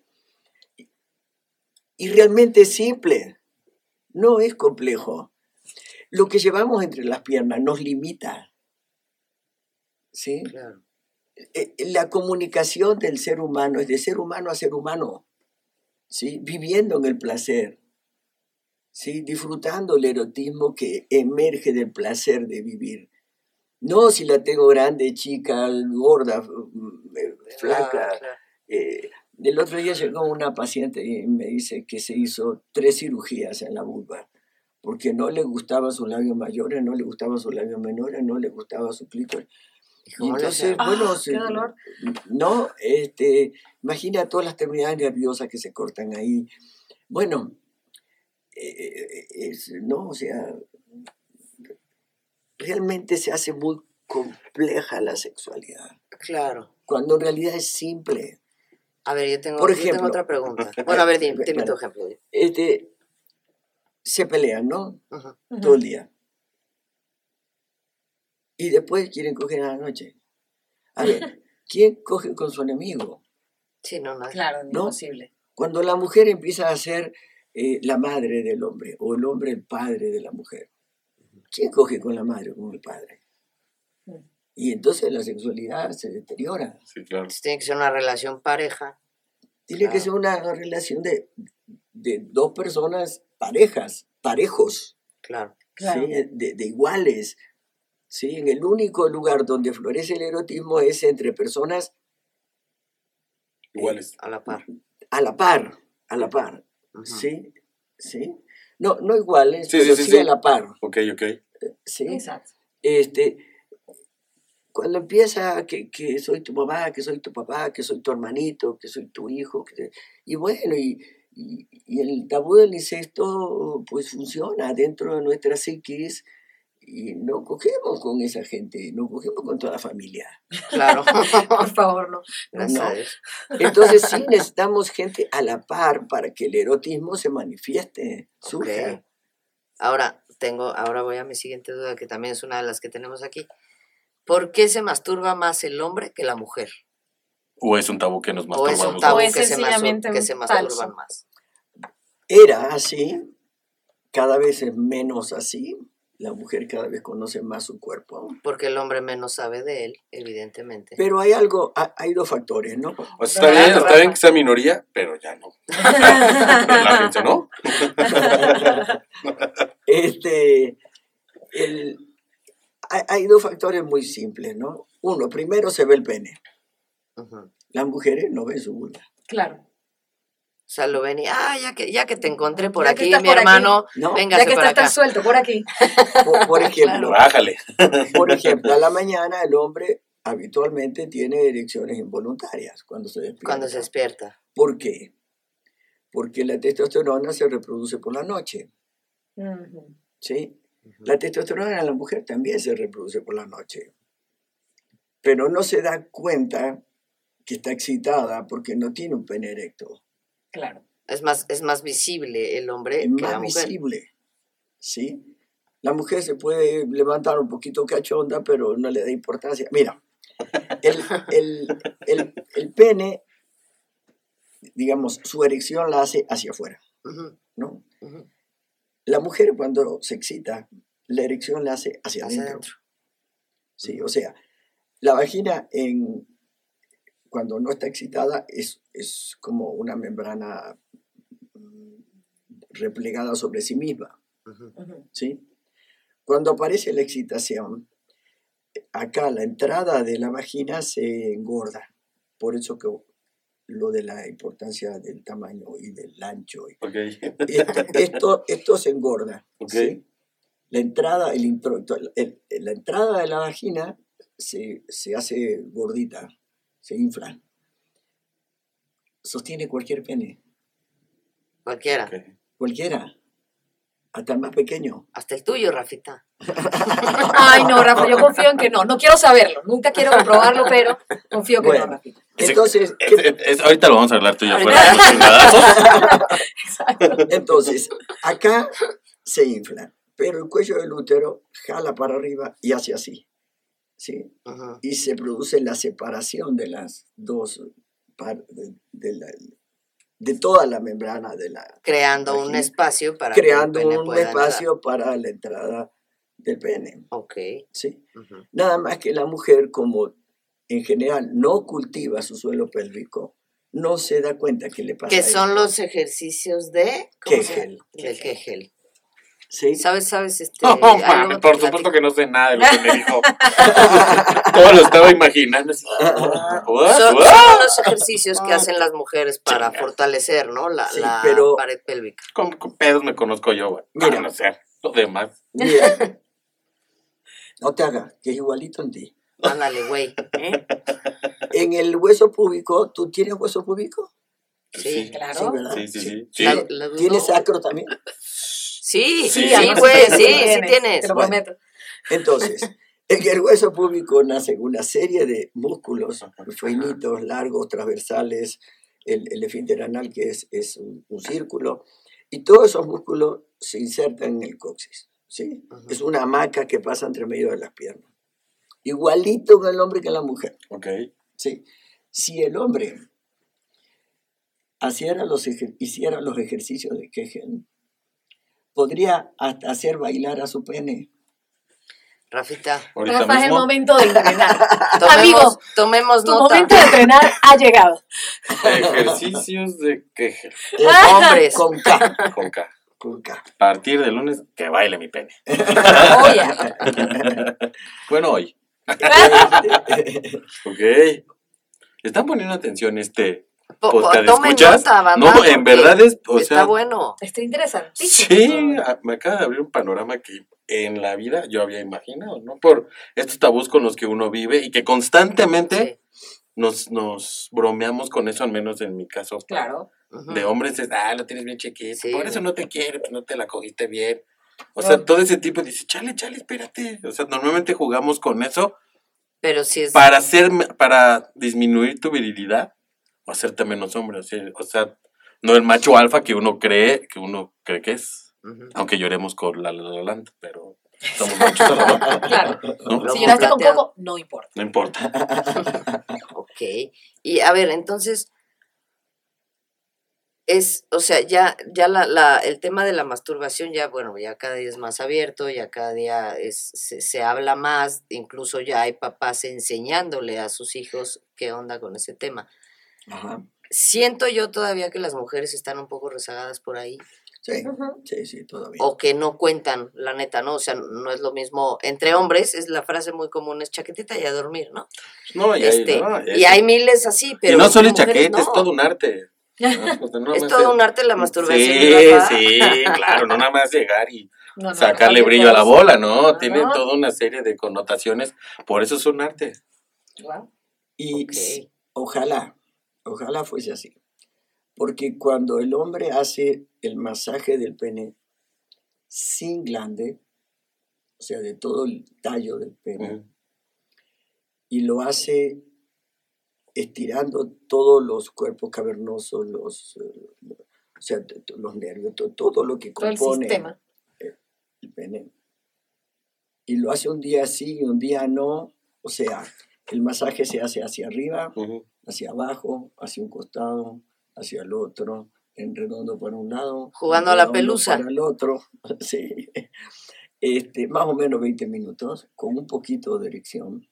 Y realmente es simple, no es complejo. Lo que llevamos entre las piernas nos limita, ¿sí? claro. Eh, La comunicación del ser humano es de ser humano a ser humano, ¿sí? Viviendo en el placer, ¿sí? Disfrutando el erotismo que emerge del placer de vivir. No si la tengo grande, chica, gorda, mm, eh, flaca. Ah, claro. Eh, el otro día llegó una paciente y me dice que se hizo tres cirugías en la vulva, porque no le gustaban sus labios mayores, no le gustaban sus labios menores, no le gustaba su clítoris. ¿Y Y cómo le entonces, hacemos? bueno, Ah, se- qué dolor. no, este, imagina todas las terminales nerviosas que se cortan ahí. Bueno, eh, es- no, o sea, realmente se hace muy compleja la sexualidad, Claro. cuando en realidad es simple. A ver, yo tengo, Por yo tengo ejemplo, otra pregunta. Bueno, a ver, dime, dime tu bueno, ejemplo. dime. este, se pelean, ¿no? Ujú. Ujú. Todo el día. Y después quieren coger a la noche. A ver, ¿quién coge con su enemigo? Sí, no, nadie. Claro, ¿No? imposible. Cuando la mujer empieza a ser eh, la madre del hombre, o el hombre el padre de la mujer, ¿quién coge con la madre o con el padre? Mm. Y entonces la sexualidad se deteriora. Sí, claro. Entonces tiene que ser una relación pareja. Tiene que ser Claro. una relación de, de dos personas parejas, parejos, Claro. Claro. ¿sí? de, de iguales. ¿Sí? En el único lugar donde florece el erotismo es entre personas Iguales. A la par. a la par, a la par. Ujú. ¿Sí? ¿Sí? No, no iguales, Sí, pero sí, sí, sí, a sí. la par. Ok, ok. ¿Sí? Exacto. Este, cuando empieza que, que soy tu mamá, que soy tu papá, que soy tu hermanito, que soy tu hijo, que te- y bueno, y, y, y el tabú del incesto pues funciona dentro de nuestra psiquis y no cogemos con esa gente, no cogemos con toda la familia. Claro. Por favor, no. Gracias No. a Dios. Entonces sí necesitamos gente a la par para que el erotismo se manifieste, surja. Ok. Ahora, tengo, ahora voy a mi siguiente duda, que también es una de las que tenemos aquí. ¿Por qué se masturba más el hombre que la mujer? O es un tabú que nos ¿O es un masturbamos. tabú O es que, se, mastur- sencillamente que se un masturban falso. más? Era así, cada vez es menos así, la mujer cada vez conoce más su cuerpo. Porque el hombre menos sabe de él, evidentemente. Pero hay algo, ha- hay dos factores, ¿no? O sea, está bien, Claro. está bien que sea minoría, pero ya no. Relájense, ¿no? Este, el- hay, hay dos factores muy simples, ¿no? Uno, primero se ve el pene. Ujú. Las mujeres no ven su vulva. Claro. O sea, lo ven y, ah, ya que, ya que te encontré por Ya que aquí, estás mi por aquí. hermano, No. véngase Ya que por estás tan acá. suelto por aquí. Por, por ejemplo, Bájale. por ejemplo, a la mañana el hombre habitualmente tiene erecciones involuntarias cuando se despierta. Cuando se despierta. ¿Por qué? Porque la testosterona se reproduce por la noche, Ujú. ¿sí? Ujú. La testosterona en la mujer también se reproduce por la noche, pero no se da cuenta que está excitada porque no tiene un pene erecto. Claro. Es más, es más visible el hombre Es que la más mujer. visible, ¿sí? La mujer se puede levantar un poquito cachonda, pero no le da importancia. Mira, el, el, el, el pene, digamos, su erección la hace hacia afuera, Ujú, ¿no? ujú. La mujer cuando se excita, la erección la hace hacia, Hacia adentro. adentro. Sí, o sea, la vagina en, cuando no está excitada es, es como una membrana mm, replegada sobre sí misma, Ujú. Ujú. ¿sí? Cuando aparece la excitación, acá la entrada de la vagina se engorda. Por eso que lo de la importancia del tamaño y del ancho. Ok. Esto, esto, esto se engorda. Ok. ¿sí? La entrada, el intro- el- la entrada de la vagina se, se hace gordita, se infla. Sostiene cualquier pene, Cualquiera. Ok. cualquiera, hasta el más pequeño. Hasta el tuyo, Rafita. Ay, no, Rafa, yo confío en que no. No quiero saberlo. Nunca quiero comprobarlo, pero confío que Bueno. no, Rafa. Entonces, Es- es- es- ahorita lo vamos a hablar tú y yo Ahorita. fuera de los chingadazos. Exacto. entonces, acá se infla, pero el cuello del útero jala para arriba y hace así, ¿sí? Ujú. Y se produce la separación de las dos par- de, de la- de toda la membrana de la Creando un vagina, espacio para creando que el pene un pueda espacio para la entrada del pene, entrar. Ok. ¿sí? Ujú. Nada más que la mujer, como en general no cultiva su suelo pélvico, no se da cuenta que le pasa Que son esto. los ejercicios de... ¿cómo se Kegel. llama? Del Kegel. ¿Sí? ¿Sabes, sabes? Este, No, algo mames, te por platico? supuesto que no sé nada de lo que me dijo. Todo lo estaba imaginando. así, Ah, ¿what? son, ¿What? son unos ejercicios que hacen las mujeres para Chinga. fortalecer, ¿no? La, Sí, la pero- pared pélvica. ¿Con, con pedos me conozco yo, güey. Mira. Para no ser lo demás. Mira, no te hagas, que es igualito en ti. Ándale, güey. ¿eh? En el hueso púbico, ¿tú tienes hueso púbico? Sí, claro. Sí, ¿verdad? Sí, sí, sí. Sí. La- la dudo. ¿Tienes sacro también? Sí, sí, Sí, sí, además güey, tienes, sí, lo sí tienes, tienes. Te lo Bueno. prometo. Entonces, en el hueso púbico nace una serie de músculos finitos, largos, transversales, el, el esfínter anal que es, es un, un círculo, y todos esos músculos se insertan en el coxis, ¿sí? Ujú. Es una hamaca que pasa entre medio de las piernas. Igualito en el hombre que en la mujer, Ok. ¿sí? Si el hombre hiciera los, ejer- hiciera los ejercicios de Kegel, podría hasta hacer bailar a su pene. Rafita, Ahorita Rafa, es el mismo. momento de entrenar. tomemos, Amigo, tomemos Tu nota. momento de entrenar ha llegado. Ejercicios de Kegel. Eh, Hombres. Con K. Con K. Con K. A partir del lunes, que baile mi pene. Oye, Bueno, hoy. Ok. ¿Están poniendo atención este Po- po- podcast? tomen ¿Escuchas? nota, banda, No, porque en verdad es, o está sea, bueno. está interesantísimo. sí, a- me acaba de abrir un panorama que en la vida yo había imaginado, ¿no? Por estos tabús con los que uno vive y que constantemente Sí. nos, nos bromeamos con eso, al menos en mi caso. Claro. Ujú. De hombres es, ah, lo tienes bien chiquito, Sí, por eso güey. no te quiere, pues no te la cogiste bien. O No. sea, todo ese tipo dice, chale, chale, espérate. O sea, normalmente jugamos con eso Pero sí es. para hacer, para disminuir tu virilidad o hacerte menos hombre. O sea, o sea, no el macho alfa que uno cree, que uno cree que es. Ujú. Aunque lloremos con la la la Land, pero somos machos alfa, Claro. ¿no? Lo Si lloraste con plateado. Coco, no importa. No importa. Ok. Y a ver, entonces, es, o sea, ya, ya la, la, el tema de la masturbación ya, bueno, ya cada día es más abierto, ya cada día es, se, se habla más, incluso ya hay papás enseñándole a sus hijos qué onda con ese tema. Ajá. Siento yo todavía que las mujeres están un poco rezagadas por ahí, Sí, Ujú. sí, sí, todavía. o que no cuentan, la neta, ¿no? O sea, no es lo mismo, entre hombres, es la frase muy común, es chaquetita y a dormir, ¿no? No, y hay, Este, no, y hay miles así, pero y no solo el entre mujeres chaquete, es no. todo un arte. ¿no? O sea, no Es más todo un arte la masturbación, Sí, Rafa. sí, claro, no nada más llegar y No, no, sacarle no, brillo a la no, bola, ¿no? no, Tiene no. toda una serie de connotaciones, por eso es un arte. Wow. Y Ok. s- ojalá, ojalá fuese así. Porque cuando el hombre hace el masaje del pene sin glande, o sea, de todo el tallo del pene, Ujú. y lo hace estirando todos los cuerpos cavernosos, los, eh, o sea, t- t- los nervios, to- todo lo que Todo el compone sistema. el pene. Y lo hace un día sí y un día no, o sea, el masaje se hace hacia arriba, Ujú. hacia abajo, hacia un costado, hacia el otro, en redondo para un lado, Jugando en a la redondo pelusa. para el otro, sí. Este, más o menos veinte minutos, con un poquito de erección,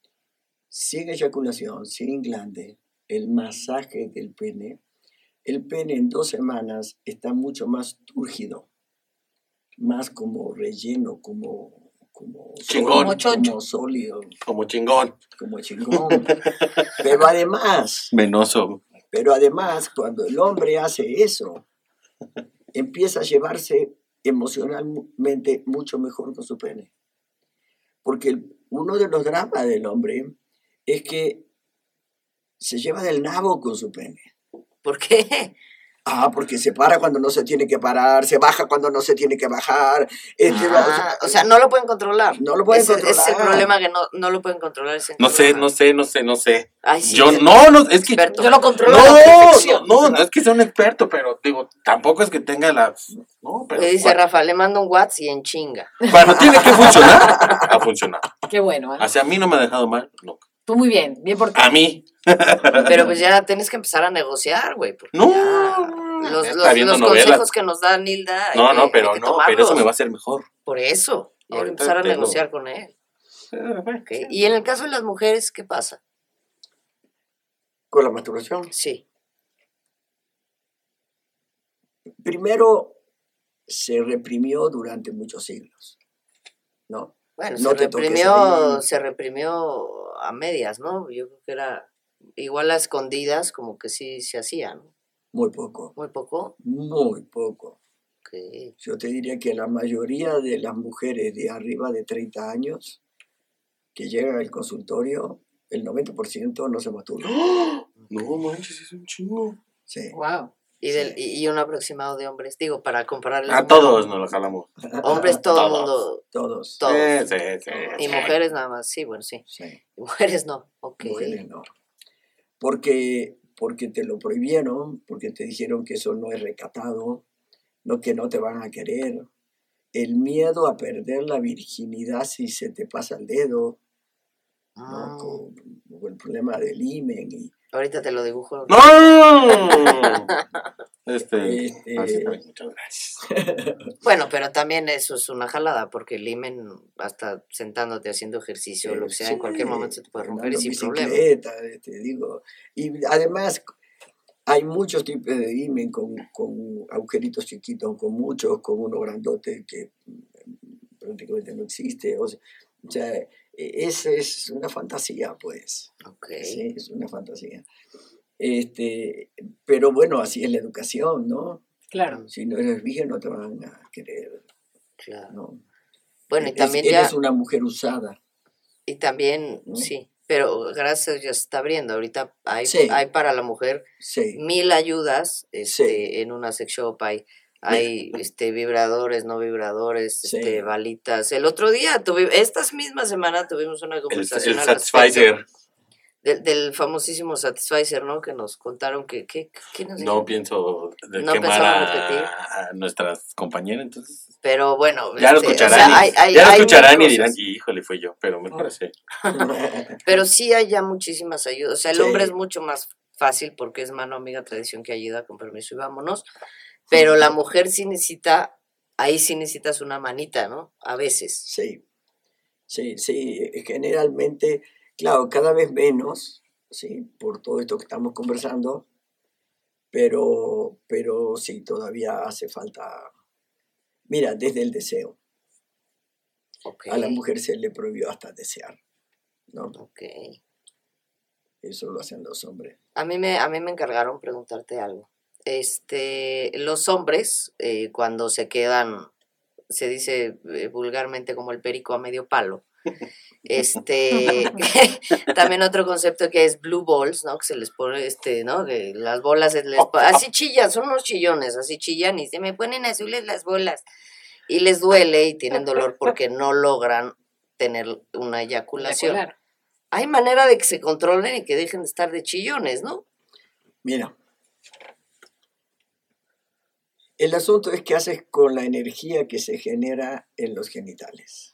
sin eyaculación, sin glande, el masaje del pene. El pene en dos semanas está mucho más túrgido, más como relleno, como, como, Chingón. Como choncho. como sólido, Como chingón, como chingón. Pero además, venoso. pero además, cuando el hombre hace eso, empieza a llevarse emocionalmente mucho mejor con su pene. Porque el- uno de los dramas del hombre es que se lleva del nabo con su pene. ¿Por qué? Ah, porque se para cuando no se tiene que parar, se baja cuando no se tiene que bajar. Este, Ah, o sea, no lo pueden controlar. no lo pueden ese, ese es el controlar. problema, que no, no lo pueden controlar. ese No sé, problema. no sé, no sé, no sé. Ay, sí, Yo es no, no, es que experto. Yo lo controlo no, a la no, perfección. no, no es que sea un experto, pero digo, tampoco es que tenga la, no, pero Le dice cuando, Rafa, le mando un WhatsApp y en chinga. cuando tiene que funcionar, ha funcionado. Qué bueno, ¿eh? Hacia mí no me ha dejado mal, no. Tú muy bien, bien por ti. A mí, Pero pues ya tienes que empezar a negociar, güey. porque no, ya Los, está los, viendo los novelas. consejos que nos da Nilda. hay No, que- no, hay pero que no, pero eso tomarlos. me va a hacer mejor. Por eso. Y hay que Ahorita empezar a tengo- negociar con él. Eh, bueno, ¿Ok? Y en el caso de las mujeres, ¿qué pasa? Con la masturbación. Sí. Primero, se reprimió durante muchos siglos, ¿no? Bueno, No se te toques reprimió, ahí. se reprimió a medias, ¿no? Yo creo que era igual a escondidas, como que sí se hacía, ¿no? Muy poco, Muy poco. muy poco. Ok. Yo te diría que la mayoría de las mujeres de arriba de treinta años que llegan al consultorio, el noventa por ciento no se masturban. no manches, es un chingo. Sí. Wow. Y, del, y, y un aproximado de hombres, digo, para compararles. A todos nos lo jalamos. Hombres, todo el Todos. mundo. Todos. Todos. Sí, sí, sí, Y sí. mujeres nada más, sí, bueno, sí. Sí. Y mujeres no. Ok. Mujeres no. Porque, porque te lo prohibieron, porque te dijeron que eso no es recatado, no, que no te van a querer. El miedo a perder la virginidad si se te pasa el dedo, ¿no? Ah, Con, con el problema del himen. Y, ahorita te lo dibujo. ¡No! Este. este, así está bien, muchas gracias. Bueno, pero también eso es una jalada, porque el himen, hasta sentándote haciendo ejercicio o lo que sea, en sí, cualquier momento se te puede romper y andando sin en problema. bicicleta, te digo. Y además, Hay muchos tipos de himen con, con agujeritos chiquitos, con muchos, con uno grandote que prácticamente no existe. O sea, o sea esa es una fantasía, pues. Okay. Sí, es una fantasía. Este, pero bueno, así es la educación, ¿no? Claro. Si no eres virgen no te van a querer. Claro. ¿No? Bueno, y Es- también eres ya, una mujer usada. y también, ¿no? sí, pero gracias a Dios ya se está abriendo. Ahorita hay, Sí. hay para la mujer Sí, mil ayudas, este, Sí. en una sex shop hay, hay este vibradores, no vibradores, Sí. este, balitas. El otro día tuvimos, esta misma semana tuvimos una El, conversación el al respecto Satisficer. del, del famosísimo Satisficer, ¿no? Que nos contaron que, que, que nos No dijeron? pienso de No quemar pensamos repetir. a, a nuestras compañeras, entonces. Pero bueno, Ya lo este, o escucharán, sea, y, hay, hay, ya lo hay mil escucharán y dirán, cosas. híjole, fui yo, pero me parece. Pero sí hay ya muchísimas ayudas. O sea, el Sí. hombre es mucho más fácil porque es mano amiga, tradición que ayuda, con permiso y vámonos. Pero la mujer sí necesita, ahí sí necesitas una manita, ¿no? A veces. Sí, sí, sí. Generalmente, claro, cada vez menos, sí, por todo esto que estamos conversando, pero, pero sí, todavía hace falta. Mira, desde el deseo. Ok. A la mujer se le prohibió hasta desear, ¿no? Ok. Eso lo hacen los hombres. A mí me, a mí me encargaron preguntarte algo. Este, los hombres, eh, cuando se quedan, se dice eh, vulgarmente como el perico a medio palo. Este, también otro concepto que es blue balls, ¿no? Que se les pone, este, ¿no? Que las bolas se les pone, así chillan, son unos chillones, así chillan y se me ponen azules las bolas. Y les duele y tienen dolor porque no logran tener una eyaculación. Eyacular. Hay manera de que se controlen y que dejen de estar de chillones, ¿no? Mira, el asunto es qué haces con la energía que se genera en los genitales.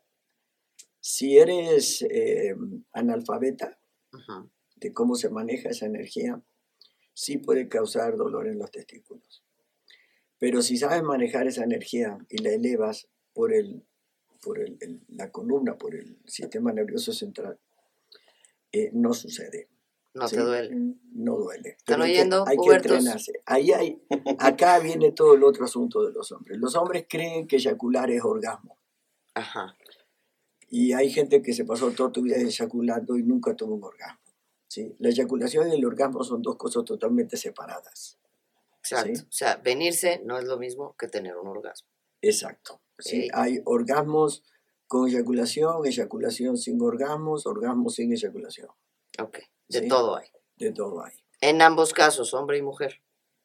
Si eres eh, analfabeta Ujú. de cómo se maneja esa energía, sí puede causar dolor en los testículos. Pero si sabes manejar esa energía y la elevas por, el, por el, el- la columna, por el sistema nervioso central, eh, no sucede. No ¿sí? te duele. No duele. ¿Están Pero hay que- oyendo, hay que pubertos? entrenarse. Ahí hay, acá viene todo el otro asunto de los hombres. Los hombres creen que eyacular es orgasmo. Ajá. Y hay gente que se pasó toda tu vida eyaculando y nunca tuvo un orgasmo. ¿sí? La eyaculación y el orgasmo son dos cosas totalmente separadas. Exacto. Sí. O sea, venirse no es lo mismo que tener un orgasmo. Exacto. ¿sí? Ok. Hay orgasmos con eyaculación, eyaculación sin orgasmos, orgasmos sin eyaculación. Ok. De Sí. todo hay. De todo hay. En ambos casos, hombre y mujer.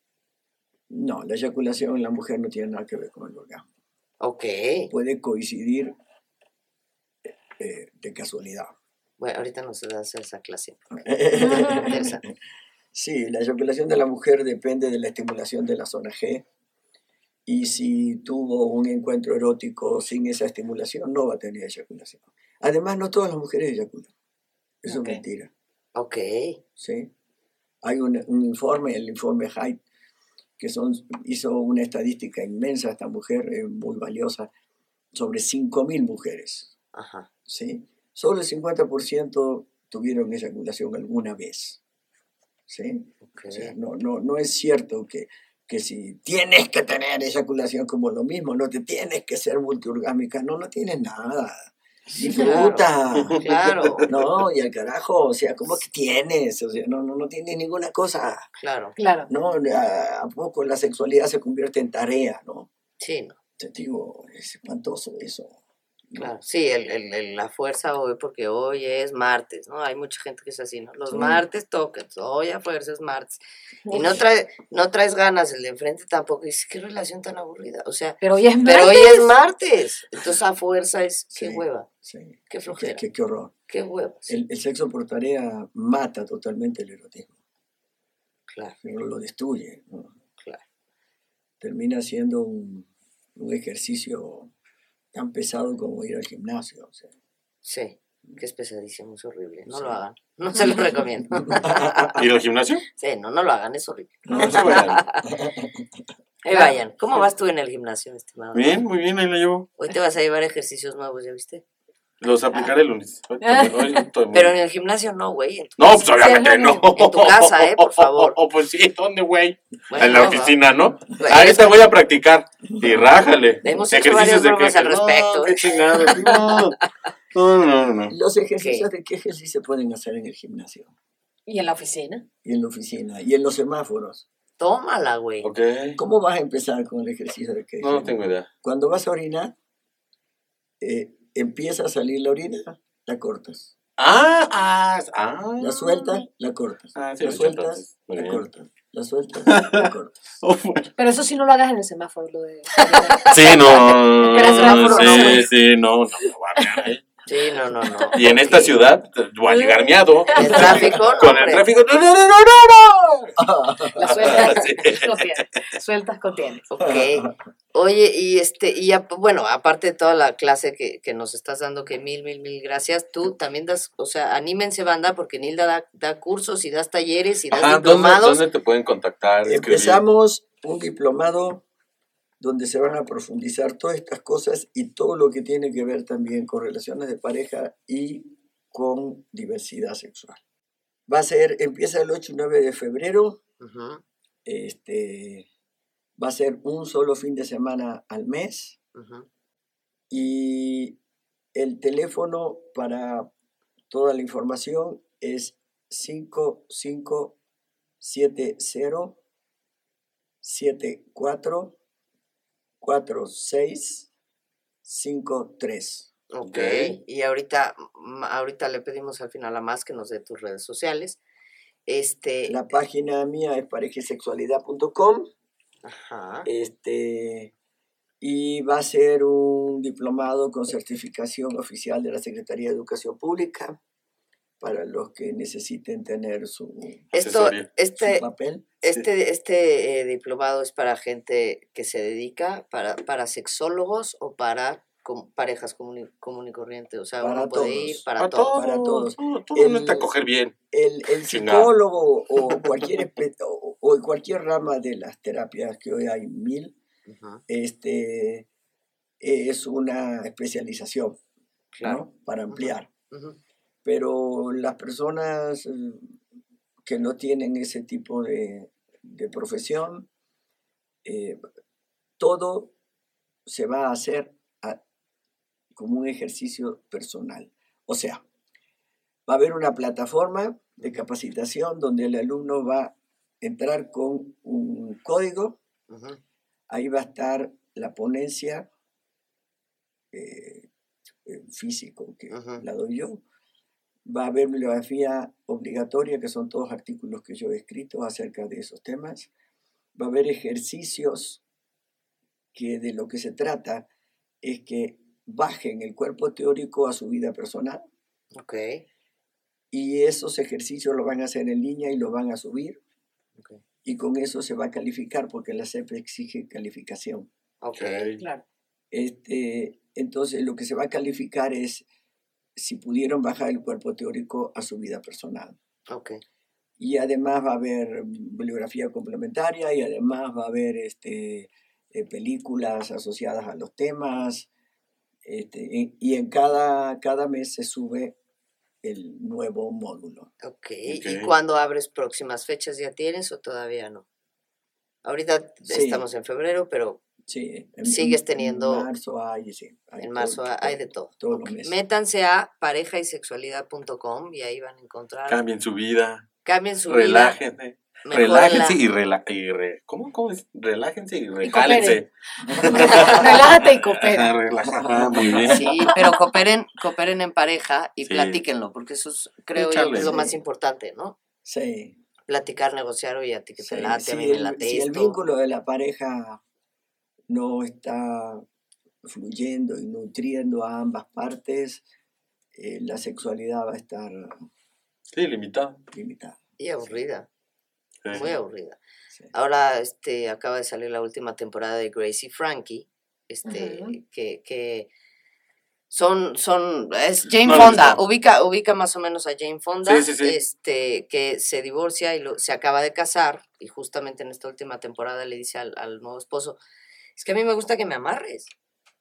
No, la eyaculación en la mujer no tiene nada que ver con el orgasmo. Ok. Puede coincidir eh, de casualidad. Bueno, ahorita nos va a hacer esa clase. Interesante. Sí, la eyaculación de la mujer depende de la estimulación de la zona G. Y si tuvo un encuentro erótico sin esa estimulación, no va a tener eyaculación. Además, no todas las mujeres eyaculan. Eso Ok. es mentira. Ok. ¿sí? Hay un, un informe, el informe Haidt, que son, hizo una estadística inmensa, esta mujer eh, muy valiosa, sobre cinco mil mujeres. Ajá. ¿sí? Solo el cincuenta por ciento tuvieron eyaculación alguna vez. ¿sí? Ok. O sea, no, no, no es cierto que, que si tienes que tener eyaculación como lo mismo, no te tienes que ser multiorgámica, no, no tienes nada. Disfruta. Claro. No, y al carajo, o sea, ¿cómo que tienes? O sea, no, no, no tienes ninguna cosa. Claro. Claro. No, a, a poco la sexualidad se convierte en tarea, ¿no? Sí, no. Te digo, es espantoso eso. ¿no? Claro. Sí, el, el, el- la fuerza hoy, porque hoy es martes, ¿no? Hay mucha gente que es así, ¿no? Los Sí. martes tocan, hoy a fuerza es martes. Y Uy. no, trae, no traes ganas, el de enfrente tampoco. Y dices, qué relación tan aburrida. O sea, Pero hoy es pero hoy martes. es martes. Entonces a fuerza es, qué Sí. hueva, Sí. qué Qué, flojera, qué- qué horror. qué hueva. Sí, El, el sexo por tarea mata totalmente el erotismo. claro, Lo, lo destruye. ¿no? claro. Termina siendo un, un ejercicio tan pesado como ir al gimnasio. O sea. Sí, que es pesadísimo, es horrible. No Sí. lo hagan. No se lo recomiendo. ¿Ir al gimnasio? Sí, no, no lo hagan, es horrible. No, se vayan. Ahí vayan. ¿Cómo vas tú en el gimnasio, estimado? Bien, muy bien, ahí la llevo. Hoy te vas a llevar ejercicios nuevos, ¿ya viste? Los aplicaré el lunes. Hoy estoy- hoy estoy muy- Pero en el gimnasio no, güey. en tu No, casa. pues obviamente Sí, no. en tu casa, ¿eh? Por favor. Oh, pues sí, ¿dónde, güey? Bueno, En la no, oficina, ¿no? Güey, Ahí es- te voy a practicar. Y rájale. Hemos hecho varias bromas al respecto, No, ¿eh? qué chingada. No, no, no, no. Los ejercicios de Kegel sí se pueden hacer en el gimnasio, ¿Y en la oficina? y en la oficina, y en los semáforos. Tómala, güey. Ok. ¿Cómo vas a empezar con el ejercicio de Kegel? No, no tengo idea. Cuando vas a orinar, eh, empieza a salir la orina, la cortas. Ah, ah, ah. La sueltas, la cortas. Ah, sí, la lo he hecho sueltas, entonces. Muy la bien. cortas. La sueltas, la cortas. Oh, bueno. Pero eso sí no lo hagas en el semáforo, lo de... Sí, no. Pero semáforo no, Sí, güey. sí, no, no me voy a mear ahí. Sí, no, no, no. Y en esta Ok. ciudad voy a llegar miado. El tráfico, no, Con el hombre. tráfico. No, no, no, no, no. La sueltas, Sí. contiene. Sueltas, contiene. Ok. Oye, y este, y ap- bueno, aparte de toda la clase que, que nos estás dando, que mil, mil, mil gracias, tú también das, o sea, anímense banda, porque Nilda da, da cursos y das talleres y das Ajá, ¿dónde, diplomados. ¿dónde te pueden contactar? escribir? Empezamos un diplomado donde se van a profundizar todas estas cosas y todo lo que tiene que ver también con relaciones de pareja y con diversidad sexual. Va a ser, empieza el ocho y nueve de febrero, Ujú, este, va a ser un solo fin de semana al mes ujú. y el teléfono para toda la información es cinco cinco siete cero siete cuatro cuatro seis cinco tres. Ok, Ok. y ahorita, mm, ahorita le pedimos al final a Más que nos dé tus redes sociales. Este, La página mía es parejasexualidad punto com. ajá, Este, y va a ser un diplomado con certificación oficial de la Secretaría de Educación Pública para los que necesiten tener su, esto, Asesoría. su este, papel. este, este eh, diplomado es para gente que se dedica, para, para sexólogos o para com- parejas común y, común y corriente, o sea, Para uno puede todos. ir para Para todos. todos. Para todos. Todo, todo El- necesita coger bien. El, el Chingado. psicólogo o cualquier, espe- o, o en cualquier rama de las terapias, que hoy hay mil, Ujú, este, es una especialización, claro. ¿no? Para ampliar. Ujú, Pero las personas eh, que no tienen ese tipo de, de profesión, eh, todo se va a hacer a- como un ejercicio personal. O sea, va a haber una plataforma de capacitación donde el alumno va a entrar con un código, ujú, ahí va a estar la ponencia eh, eh, físico que Ujú. la doy yo. Va a haber bibliografía obligatoria, que son todos artículos que yo he escrito acerca de esos temas. Va a haber ejercicios que de lo que se trata es que bajen el cuerpo teórico a su vida personal ok, y esos ejercicios los van a hacer en línea y los van a subir ok, y con eso se va a calificar porque la C E P exige calificación. ok. Claro. Este, entonces lo que se va a calificar es si pudieron bajar el cuerpo teórico a su vida personal. ok. Y además va a haber bibliografía complementaria y además va a haber este, eh, películas asociadas a los temas. Este, y, y en cada, cada mes se sube el nuevo módulo. Ok, Ok. ¿y cuándo abres próximas fechas? ¿Ya tienes o todavía no? Ahorita Sí. estamos en febrero, pero Sí, en, Sigues en- teniendo- En marzo hay, sí. hay en todo- marzo todo- hay de todo. Todos Ok, los meses. Métanse a pareja y sexualidad punto com y ahí van a encontrar. Cambien su vida. Cambien su vida. Relájense. mejórenla. Relájense y, rela y re ¿Cómo? ¿Cómo es? Relájense y rejálense. Relájate y coopera. Ajá, relaja- ajá, muy bien. Sí, pero cooperen, cooperen en pareja y Sí. platíquenlo, porque eso es, creo yo, Échale. que es lo Sí. más importante, ¿no? Sí. Platicar, negociar, oye, a ti que te Sí, late, si a mí me el, late si el esto. vínculo de la pareja no está fluyendo y nutriendo a ambas partes, eh, la sexualidad va a estar Sí, limitado. limitada. Y aburrida, Sí. muy aburrida. Sí. Ahora este, acaba de salir la última temporada de Gracie Frankie, este, Ujú. que, que son, son, es Jane No lo he Fonda, visto. ubica, ubica más o menos a Jane Fonda, Sí, sí, sí. este, que se divorcia y lo- se acaba de casar, y justamente en esta última temporada le dice al, al nuevo esposo, es que a mí me gusta que me amarres.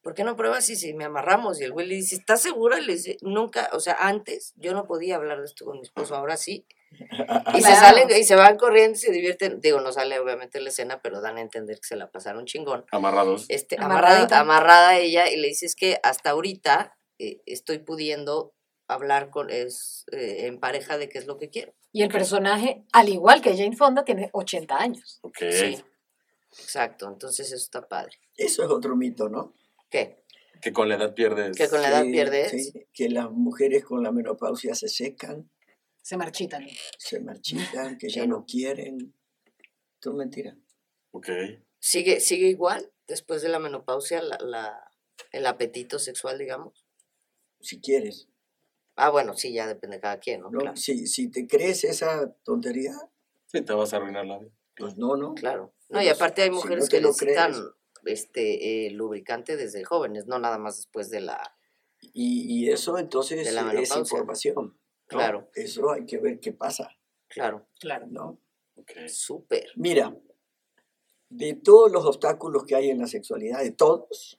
¿por qué no pruebas y si me amarramos? Y el güey le dice, ¿estás segura? Y le dice, nunca, o sea, antes yo no podía hablar de esto con mi esposo, ahora sí. Y se Claro. salen y se van corriendo y se divierten. Digo, no sale obviamente la escena, pero dan a entender que se la pasaron chingón. Amarrados. Este, amarrada, Amarradita. amarrada ella y le dice, es que hasta ahorita eh, estoy pudiendo hablar con es eh, en pareja de qué es lo que quiero. Y el personaje, al igual que Jane Fonda, tiene ochenta años. Ok. Sí, exacto. Entonces eso está padre. Eso es otro mito, ¿no? ¿Qué? Que con la edad pierdes. Que con la edad Sí, pierdes. sí, que las mujeres con la menopausia se secan, Se marchitan. se marchitan, que ya Sí, no no. quieren. Todo mentira. Ok. ¿Sigue, sigue igual después de la menopausia la, la, el apetito sexual, digamos? Si quieres. Ah, bueno, sí, ya depende de cada quien, ¿no? ¿no? Claro, Si, si te crees esa tontería, Sí, te vas a arruinar la vida. pues no, no. claro. No, y Pero aparte hay si mujeres no te que lo necesitan crees. este eh, lubricante desde jóvenes, no nada más después de la... Y, y eso entonces De la es menopausia. información. ¿no? Claro. Eso hay que ver qué pasa, Claro, Claro. ¿no? Ok. súper. Mira, de todos los obstáculos que hay en la sexualidad, de todos,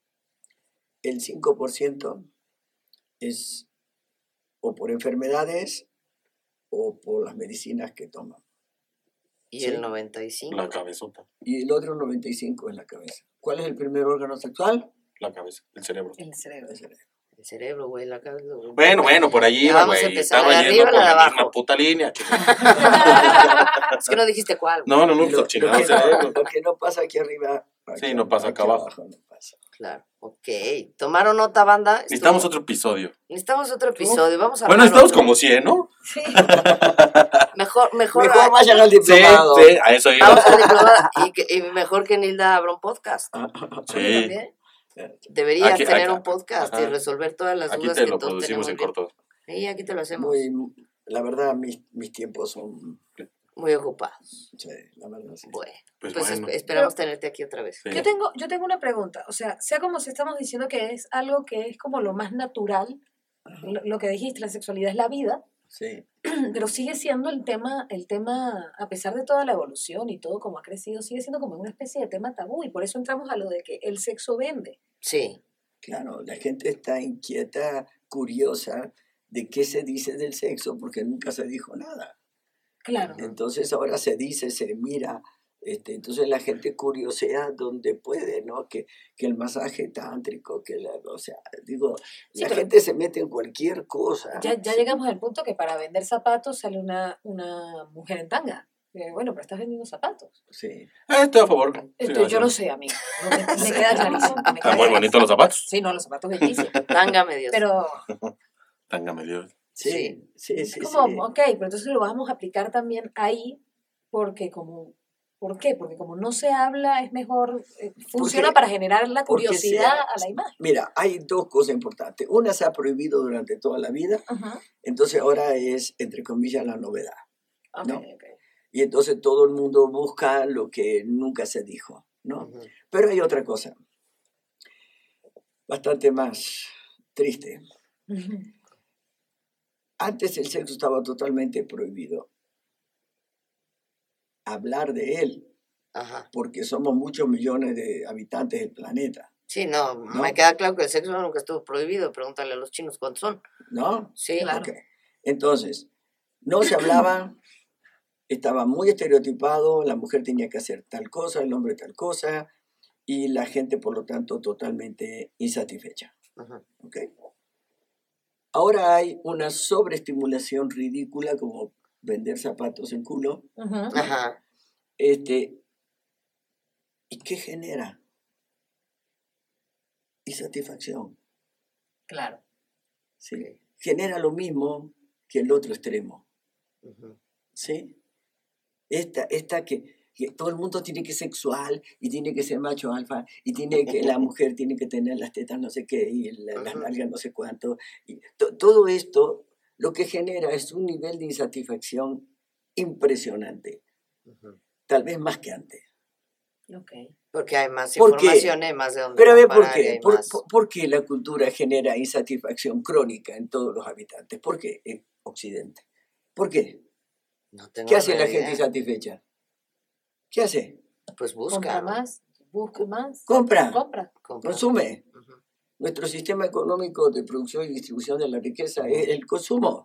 el cinco por ciento es o por enfermedades o por las medicinas que toman. Y Sí. el noventa y cinco. La cabezota. Y el otro noventa y cinco es la cabeza. ¿Cuál es el primer órgano sexual? La cabeza. El cerebro. El cerebro. El cerebro. El cerebro, güey, la cabeza. Bueno, bueno, por allí Ya iba, vamos a güey. empezar, Estaba ¿la de yendo arriba o por la de la abajo? misma puta línea. chica. Es que no dijiste cuál. güey. No, no, no, Y pues lo, el lo chingado que cerebro. no, lo que no pasa aquí arriba, Sí, aquí- no pasa acá aquí abajo. no pasa. Claro, ok. ¿Tomaron nota, banda? Estuvo- Necesitamos otro episodio. Necesitamos otro episodio. Vamos a Bueno, armar estamos otro. como cien, ¿no? Sí. Mejor, mejor. Mejor vayan al Sí, diplomado. sí, a eso iba. Vamos al diplomado. Y, que- y mejor que Nilda abra un podcast. Ah, Tú Sí. también. Deberías Aquí- tener aquí- un podcast y ajá. resolver todas las Aquí dudas te que lo todos producimos tenemos. en bien. corto. Sí, aquí te lo hacemos. muy, la verdad, mis, mis tiempos son, Muy ocupados. sí, la verdad, sí. Bueno, Pues pues, bueno. esp- esperamos tenerte aquí otra vez. Sí. Yo tengo, yo tengo una pregunta. O sea, sea como si estamos diciendo que es algo que es como lo más natural, lo, lo que dijiste, la sexualidad es la vida, Sí, pero sigue siendo el tema, el tema, a pesar de toda la evolución y todo como ha crecido, sigue siendo como una especie de tema tabú y por eso entramos a lo de que el sexo vende. Sí, claro, la gente está inquieta, curiosa de qué se dice del sexo, porque nunca se dijo nada. Claro. Entonces ahora se dice, se mira, este, entonces la gente curiosea donde puede, ¿no? Que, que el masaje tántrico, que la, o sea, digo, Sí, la pero- gente se mete en cualquier cosa. Ya, ya Sí. llegamos al punto que para vender zapatos sale una, una mujer en tanga. Eh, bueno, pero estás vendiendo zapatos. Sí. Ah, estoy a favor. Sí, Esto, gracias. yo no sé, amigo. No, me, me queda clarísimo. me Están queda muy bonitos clarísimo. los zapatos. Sí, no, los zapatos bellísimos. tángame Dios. Pero Tángame Dios. Sí, Sí. sí, es sí, como, sí. ok, pero entonces lo vamos a aplicar también ahí porque como, ¿por qué? Porque como no se habla, es mejor, eh, funciona Porque- para generar la porque curiosidad sea- a la imagen. Mira, hay dos cosas importantes. Una se ha prohibido durante toda la vida, Ajá. entonces ahora es, entre comillas, la novedad. Ok, No. ok. Y entonces todo el mundo busca lo que nunca se dijo, ¿no? Ujú. Pero hay otra cosa, bastante más triste. Ujú. Antes el sexo estaba totalmente prohibido. Hablar de él, Ajá. porque somos muchos millones de habitantes del planeta, Sí, no, No. me queda claro que el sexo nunca estuvo prohibido. Pregúntale a los chinos cuántos son. ¿no? Sí, Claro. Ok. Entonces, no se hablaba, estaba muy estereotipado, la mujer tenía que hacer tal cosa, el hombre tal cosa, y la gente, por lo tanto, totalmente insatisfecha. Ujú. ¿Ok? Ahora hay una sobreestimulación ridícula, como vender zapatos en culo. Ujú. Ajá. Este, ¿y qué genera? Insatisfacción. Claro. ¿Sí? Ok. Genera lo mismo que el otro extremo. Ujú. ¿Sí? Esta, esta que, que todo el mundo tiene que ser sexual y tiene que ser macho alfa y tiene que la mujer tiene que tener las tetas no sé qué y la- las Ujú. nalgas no sé cuánto. Y to- todo esto lo que genera es un nivel de insatisfacción impresionante, Ujú. tal vez más que antes. Ok. Porque hay más ¿Por qué? información, hay más de dónde Pero a ver, ¿por comparar y qué? hay ¿Por, más- por- por qué la cultura genera insatisfacción crónica en todos los habitantes? ¿Por qué en Occidente? ¿Por qué? No tengo ¿Qué hace ni la idea. gente insatisfecha? ¿Qué hace? Pues busca. Compra ¿no? más, busca más. Compra, Compra. Compra. consume. Ujú. Nuestro sistema económico de producción y distribución de la riqueza es el consumo.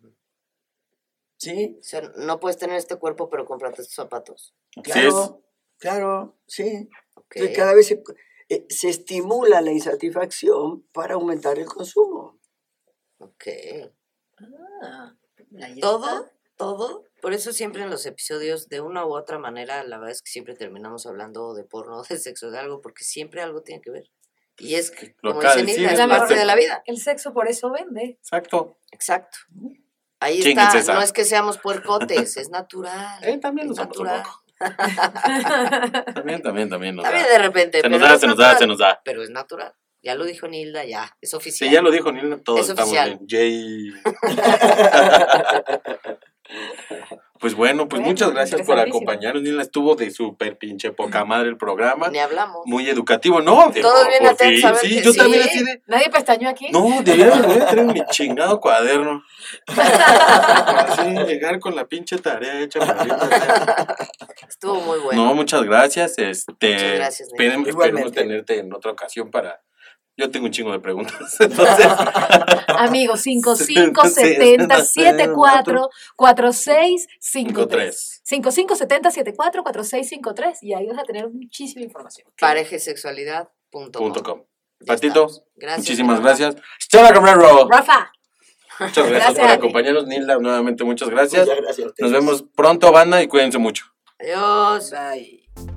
¿Sí? O sea, no puedes tener este cuerpo, pero cómprate estos zapatos. Claro, claro, sí. Okay. Entonces cada vez se, eh, se estimula la insatisfacción para aumentar el consumo. Ok. Ah, ahí está. Todo, todo. Por eso siempre en los episodios, de una u otra manera, la verdad es que siempre terminamos hablando de porno, de sexo, de algo, porque siempre algo tiene que ver. Y es, Lo como acaba dice de decir, Nilda, es es parte parte- de la vida. El sexo por eso vende. Exacto. Exacto. Ahí Chinguense está, esa. no es que seamos puercotes, es natural. Eh, también es lo somos un natural. poco. También, también, también nos También da. de repente, Se nos pero da, es se nos da, natural. se nos da. Pero es natural. Ya lo dijo Nilda, ya, es oficial. Sí, ya lo dijo Nilda, todos Es estamos oficial. bien. Yay. Pues bueno, pues Bueno, muchas gracias por interesantísimo. acompañarnos. Nilda, estuvo de súper pinche poca madre el programa. Ni hablamos. Muy educativo, ¿no? De- Todos por- bien por atentos fin. a ver Sí, que yo sí. también así de... Nadie pestañó aquí. No, debería de tener mi chingado cuaderno. Así, llegar con la pinche tarea hecha. maldita sea. Estuvo muy bueno. No, muchas gracias. Este, Muchas gracias, Nilda. esperemos, esperemos Igualmente. tenerte en otra ocasión para... Yo tengo un chingo de preguntas. Entonces, Amigos, cinco cinco setenta setenta y cuatro cuatro seis cinco tres. cinco cinco setenta setenta y cuatro cuatro seis cinco tres. Y ahí vas a tener muchísima información. Parejesexualidad punto com. punto com. Ya Patito, estamos. Gracias, muchísimas de verdad. gracias. Stella Guerrero, Rafa. muchas gracias, Gracias por a ti. acompañarnos. Nilda, nuevamente muchas gracias. Muchas gracias a ustedes. Nos vemos pronto, banda, y cuídense mucho. Adiós. Bye.